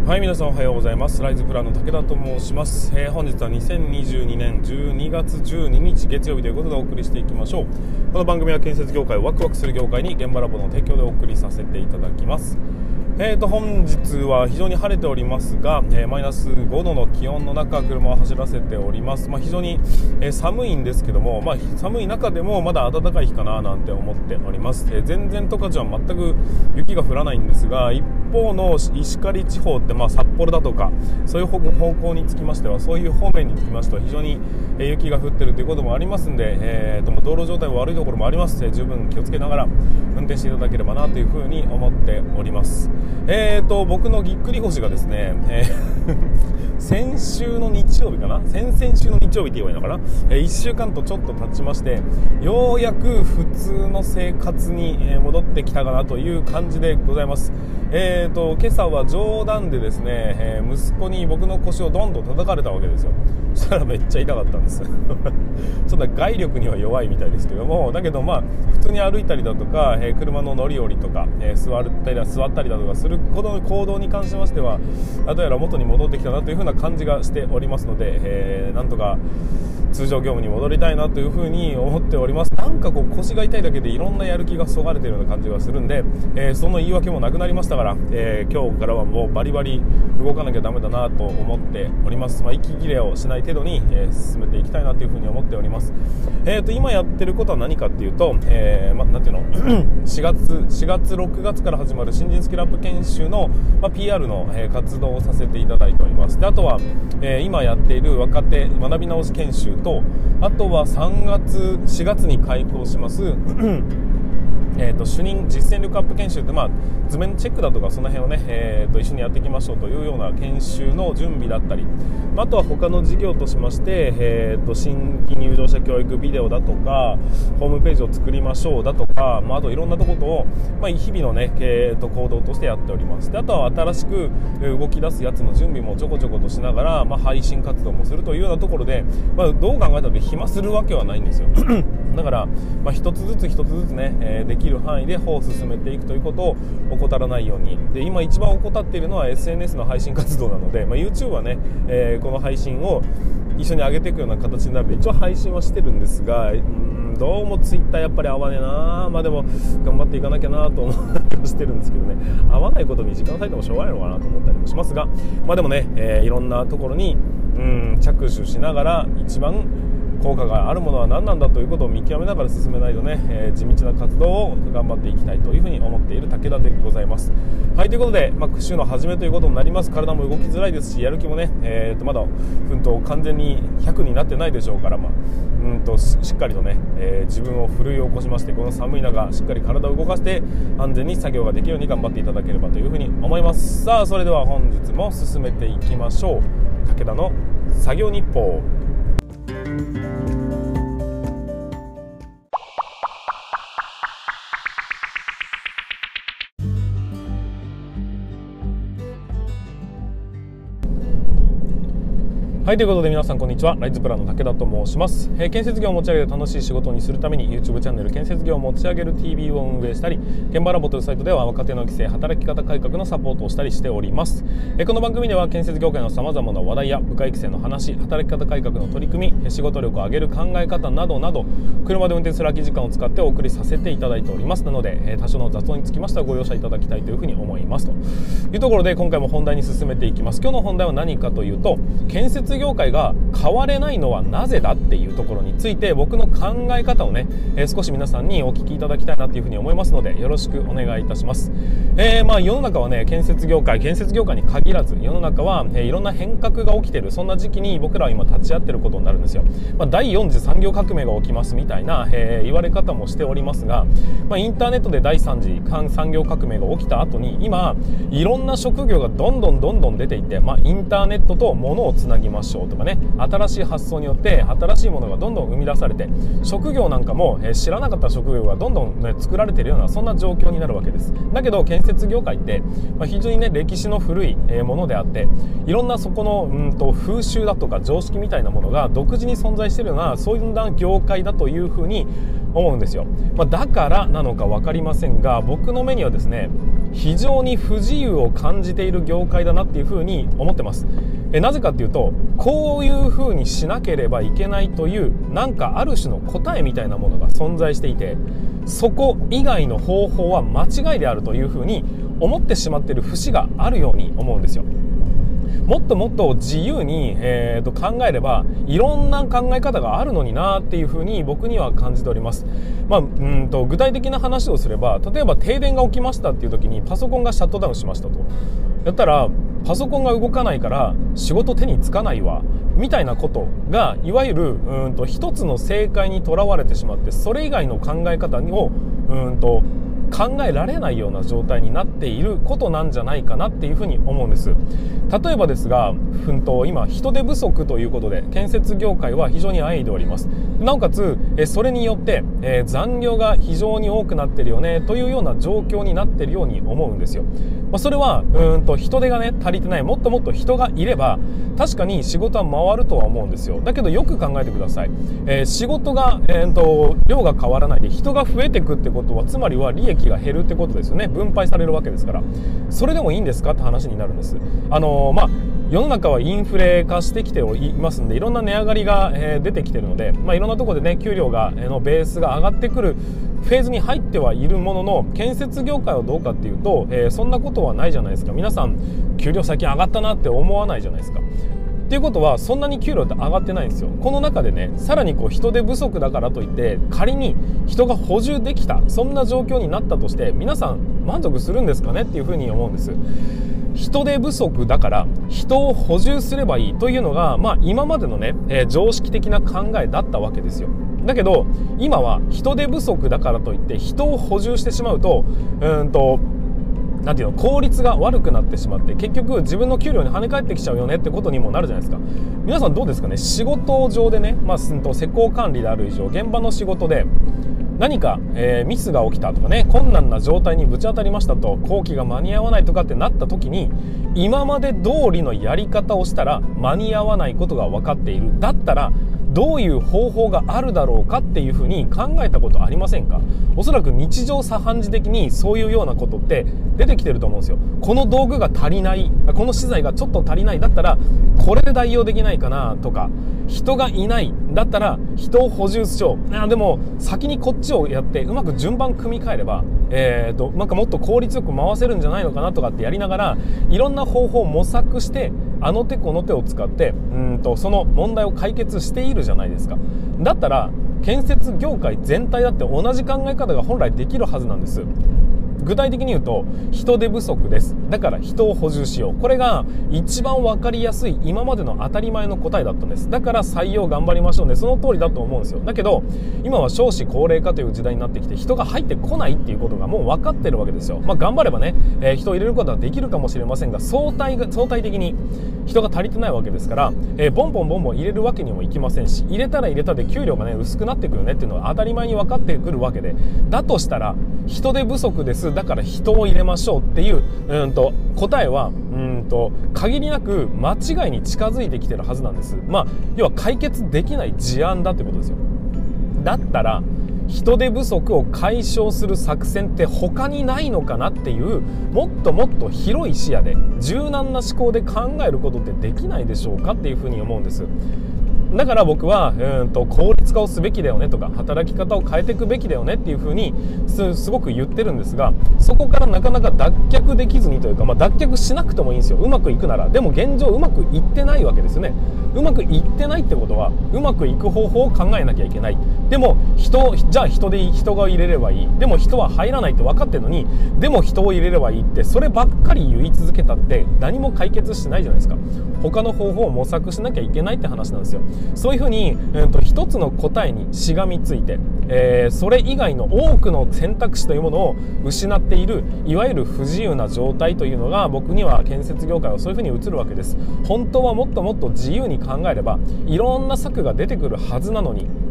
はい、皆さんおはようございます。ライズプランの武田と申します。本日は2022年12月12日月曜日ということでお送りしていきましょう。この番組は建設業界をワクワクする業界に現場ラボの提供でお送りさせていただきます。本日は非常に晴れておりますが、マイナス5度の気温の中車を走らせております。非常に、寒いんですけども、寒い中でもまだ暖かい日かななんて思っております。全然十勝は全く雪が降らないんですが、一方の石狩地方って札幌だとかそういう方向につきましては、そういう方面につきましては非常に雪が降っているということもありますので、道路状態も悪いところもあります。十分気をつけながら運転していただければなというふうに思っております。僕のぎっくり腰がですね、先週の日曜日かな、先々週の日曜日って言えばいいのかな、1週間とちょっと経ちまして、ようやく普通の生活に戻ってきたかなという感じでございます。今朝は冗談でですね、息子に僕の腰をどんどん叩かれたわけですよ。そしたらめっちゃ痛かったんですちょっと外力には弱いみたいですけども、だけど普通に歩いたりだとか、車の乗り降りとか、座ったりだとかするこの行動に関しましてはどうやら元に戻ってきたなというふうな感じがしておりますので、なんとか通常業務に戻りたいなというふうに思っております。なんか腰が痛いだけでいろんなやる気がそがれているような感じがするんで、その言い訳もなくなりましたから、今日からはもうバリバリ動かなきゃダメだなと思っております。息切れをしない程度に、進めていきたいなというふうに思っております。今やってることは何かっていうと、なんていうの4月6月から始まる新人スキルアップ研修の、PR の、活動をさせていただいております。であとは、今やっている若手学び直し研修と、あとは4月に開講します主任実践力アップ研修って図面チェックだとかその辺をね、一緒にやっていきましょうというような研修の準備だったり、あとは他の事業としまして、新規入場者教育ビデオだとかホームページを作りましょうだとか、あといろんなところを、日々のね、行動としてやっております。であとは新しく動き出すやつの準備もちょこちょことしながら、配信活動もするというようなところで、どう考えたって暇するわけはないんですよだから、一つずつね、できる範囲で歩を進めていくということを怠らないように。で今一番怠っているのは SNS の配信活動なので、YouTube はね、この配信を一緒に上げていくような形になるので一応配信はしてるんですが、どうも Twitter やっぱり合わねえな。でも頑張っていかなきゃなと思ったりしてるんですけどね、合わないことに時間割いてもしょうがないのかなと思ったりもしますが、でもね、いろんなところに着手しながら一番効果があるものは何なんだということを見極めながら進めないとね、地道な活動を頑張っていきたいというふうに思っている武田でございます。はい、ということで、週の初めということになります。体も動きづらいですし、やる気もね、まだ完全に100になってないでしょうから、しっかりとね、自分を奮い起こしまして、この寒い中しっかり体を動かして安全に作業ができるように頑張っていただければというふうに思います。さあ、それでは本日も進めていきましょう。武田の作業日報。はい、ということで皆さんこんにちは。ライズプランの武田と申します。建設業を持ち上げて楽しい仕事にするために YouTube チャンネル建設業を持ち上げる TV を運営したり、現場ラボというサイトでは若手の育成、働き方改革のサポートをしたりしております。この番組では建設業界の様々な話題や部下育成の話、働き方改革の取り組み、仕事力を上げる考え方などなど、車で運転する空き時間を使ってお送りさせていただいております。なので多少の雑音につきましてはご容赦いただきたいというふうに思いますというところで、今回も本題に進めていきます。今日の本題は何かというと、建設業界が変われないのはなぜだっていうところについて僕の考え方をね、少し皆さんにお聞きいただきたいなというふうに思いますのでよろしくお願いいたします。世の中はね、建設業界に限らず世の中は、いろんな変革が起きている、そんな時期に僕らは今立ち会っていることになるんですよ。第4次産業革命が起きますみたいな、言われ方もしておりますが、インターネットで第3次産業革命が起きた後に今いろんな職業がどんどん出ていて、インターネットと物をつなぎましょうとかね、新しい発想によって新しいものがどんどん生み出されて、職業なんかも知らなかった職業がどんどん、作られているようなそんな状況になるわけです。だけど建設業界って、非常にね歴史の古いものであって、いろんなそこの風習だとか常識みたいなものが独自に存在しているようなそういう業界だというふうに思うんですよ。だからなのか分かりませんが、僕の目にはですね、 非常に不自由を感じている業界だなっていうふうに思ってます。なぜかっていうと、こういうふうにしなければいけないというなんかある種の答えみたいなものが存在していて、そこ以外の方法は間違いであるというふうに思ってしまっている節があるように思うんですよ。もっともっと自由に、考えればいろんな考え方があるのになっていうふうに僕には感じております。具体的な話をすれば、例えば停電が起きましたっていう時にパソコンがシャットダウンしましたとやったら、パソコンが動かないから仕事手につかないわみたいなことが、いわゆる一つの正解にとらわれてしまって、それ以外の考え方を考えられないような状態になっていることなんじゃないかなっていうふうに思うんです。例えばですが、今人手不足ということで建設業界は非常に喘いでおります。なおかつそれによって、残業が非常に多くなっているよねというような状況になっているように思うんですよ。それは人手がね足りてない、もっともっと人がいれば確かに仕事は回るとは思うんですよ。だけどよく考えてください。仕事が、量が変わらないで人が増えていくってことは、つまりは利益が減るってことですよね。分配されるわけですから、それでもいいんですかって話になるんです。世の中はインフレ化してきていますんで、いろんな値上がりが、出てきているので、いろんなところでね給料がのベースが上がってくるフェーズに入ってはいるものの、建設業界はどうかっていうと、そんなことはないじゃないですか。皆さん給料最近上がったなって思わないじゃないですか。っていうことは、そんなに給料って上がってないんですよ。この中でね、さらに人手不足だからといって仮に人が補充できた、そんな状況になったとして、皆さん満足するんですかねっていうふうに思うんです。人手不足だから人を補充すればいいというのが、今までのね、常識的な考えだったわけですよ。だけど今は人手不足だからといって人を補充してしまうと、なんていうの、効率が悪くなってしまって、結局自分の給料に跳ね返ってきちゃうよねってことにもなるじゃないですか。皆さんどうですかね。仕事上でね、施工管理である以上、現場の仕事で何か、ミスが起きたとかね、困難な状態にぶち当たりましたと、工期が間に合わないとかってなった時に、今まで通りのやり方をしたら間に合わないことが分かっている。だったらどういう方法があるだろうかっていうふうに考えたことありませんか。おそらく日常茶飯事的にそういうようなことって出てきてると思うんですよ。この道具が足りない、この資材がちょっと足りない、だったらこれで代用できないかなとか、人がいないだったら人を補充しよう、でも先にこっちをやってうまく順番組み替えれば、なんかもっと効率よく回せるんじゃないのかなとかってやりながら、いろんな方法を模索して、あの手この手を使ってその問題を解決しているじゃないですか。だったら建設業界全体だって同じ考え方が本来できるはずなんです。具体的に言うと、人手不足です、だから人を補充しよう、これが一番分かりやすい今までの当たり前の答えだったんです。だから採用頑張りましょうね、その通りだと思うんですよ。だけど今は少子高齢化という時代になってきて、人が入ってこないっていうことがもう分かってるわけですよ。頑張ればね、人を入れることはできるかもしれませんが、相対的に人が足りてないわけですから、ボンボン入れるわけにもいきませんし、入れたら入れたで給料がね薄くなってくるねっていうのは当たり前に分かってくるわけで、だとしたら人手不足です、だから人を入れましょうっていう答えは限りなく間違いに近づいてきてるはずなんです。要は解決できない事案だってことですよ。だったら人手不足を解消する作戦って他にないのかなっていう、もっともっと広い視野で柔軟な思考で考えることってできないでしょうかっていうふうに思うんです。だから僕は効率化をすべきだよねとか、働き方を変えていくべきだよねっていうふうにすごく言ってるんですが、そこからなかなか脱却できずにというか、脱却しなくてもいいんですよ、うまくいくなら。でも現状うまくいってないわけですよね。うまくいってないってことは、うまくいく方法を考えなきゃいけない。でもじゃあ人が入れればいい、でも人は入らないって分かってるのに、でも人を入れればいいって、そればっかり言い続けたって何も解決しないじゃないですか。他の方法を模索しなきゃいけないって話なんですよ。そういうふうに、一つの答えにしがみついて、それ以外の多くの選択肢というものを失っている、いわゆる不自由な状態というのが、僕には建設業界はそういうふうに映るわけです。本当はもっともっと自由に考えればいろんな策が出てくるはずなのに、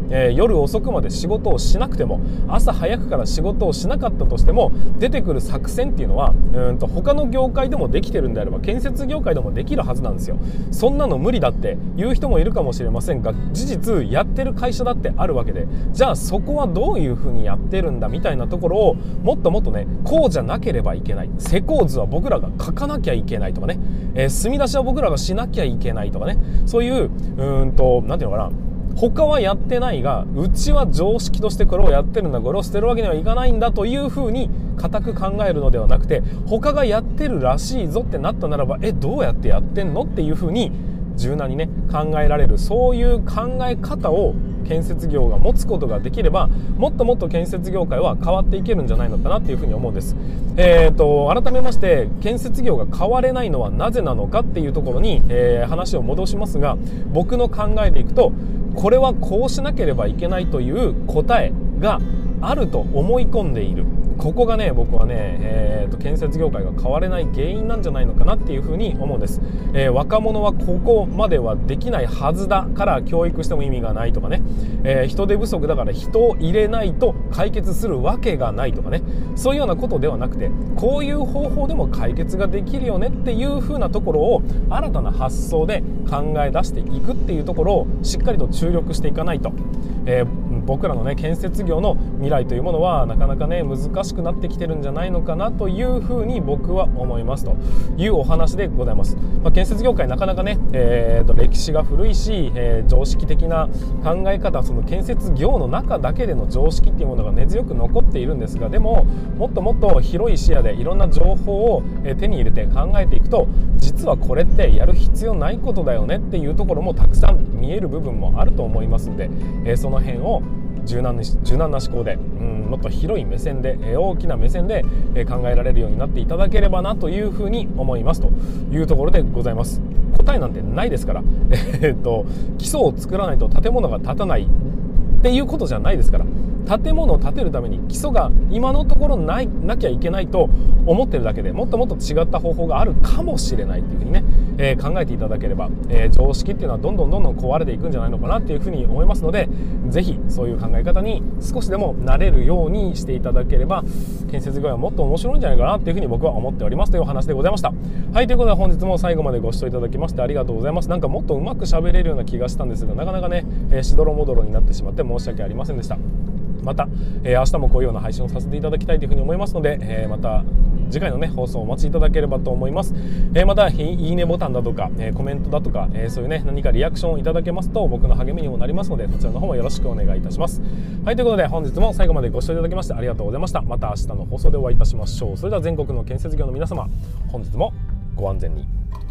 夜遅くまで仕事をしなくても、朝早くから仕事をしなかったとしても、出てくる作戦っていうのは他の業界でもできてるんであれば建設業界でもできるはずなんですよ。そんなの無理だって言う人もいるかもしれませんが、事実やってる会社だってあるわけで、じゃあそこはどういうふうにやってるんだみたいなところをもっともっとね、こうじゃなければいけない、施工図は僕らが書かなきゃいけないとかね、積み出しは僕らがしなきゃいけないとかね、そういうなんていうのかな、他はやってないがうちは常識としてこれをやってるんだ、これを捨てるわけにはいかないんだというふうに固く考えるのではなくて、他がやってるらしいぞってなったならば、どうやってやってんのっていうふうに柔軟にね考えられる、そういう考え方を建設業が持つことができれば、もっともっと建設業界は変わっていけるんじゃないのかなっていうふうに思うんです。改めまして建設業が変われないのはなぜなのかっていうところに、話を戻しますが、僕の考えでいくと、これはこうしなければいけないという答えがあると思い込んでいる、ここがね僕はね、建設業界が変われない原因なんじゃないのかなっていうふうに思うんです。若者はここまではできないはずだから教育しても意味がないとかね、人手不足だから人を入れないと解決するわけがないとかね、そういうようなことではなくて、こういう方法でも解決ができるよねっていうふうなところを新たな発想で考え出していくっていうところをしっかりと注力していかないと、僕らのね建設業の未来というものはなかなかね難しくなってきてるんじゃないのかなというふうに僕は思いますというお話でございます。建設業界なかなかね、歴史が古いし、常識的な考え方、その建設業の中だけでの常識っていうものが根強く残っているんですが、でももっともっと広い視野でいろんな情報を手に入れて考えていくと、実はこれってやる必要ないことだよねっていうところもたくさん見える部分もあると思いますので、その辺を柔軟な思考で、もっと広い目線で、大きな目線で、考えられるようになっていただければなというふうに思いますというところでございます。答えなんてないですから、基礎を作らないと建物が建たないっていうことじゃないですから、建物を建てるために基礎が今のところなきゃいけないと思ってるだけで、もっともっと違った方法があるかもしれないっていうふうにね、考えていただければ、常識っていうのはどんどん壊れていくんじゃないのかなっていうふうに思いますので、ぜひそういう考え方に少しでも慣れるようにしていただければ、建設業はもっと面白いんじゃないかなっていうふうに僕は思っておりますというお話でございました。はい、ということで本日も最後までご視聴いただきましてありがとうございます。なんかもっとうまく喋れるような気がしたんですが、なかなかね、しどろもどろになってしまって申し訳ありませんでした。また、明日もこういうような配信をさせていただきたいというふうに思いますので、また次回のね放送をお待ちいただければと思います。またいいねボタンだとか、コメントだとか、そういうね何かリアクションをいただけますと僕の励みにもなりますので、そちらの方もよろしくお願いいたします。はい、ということで本日も最後までご視聴いただきましてありがとうございました。また明日の放送でお会いいたしましょう。それでは全国の建設業の皆様、本日もご安全に。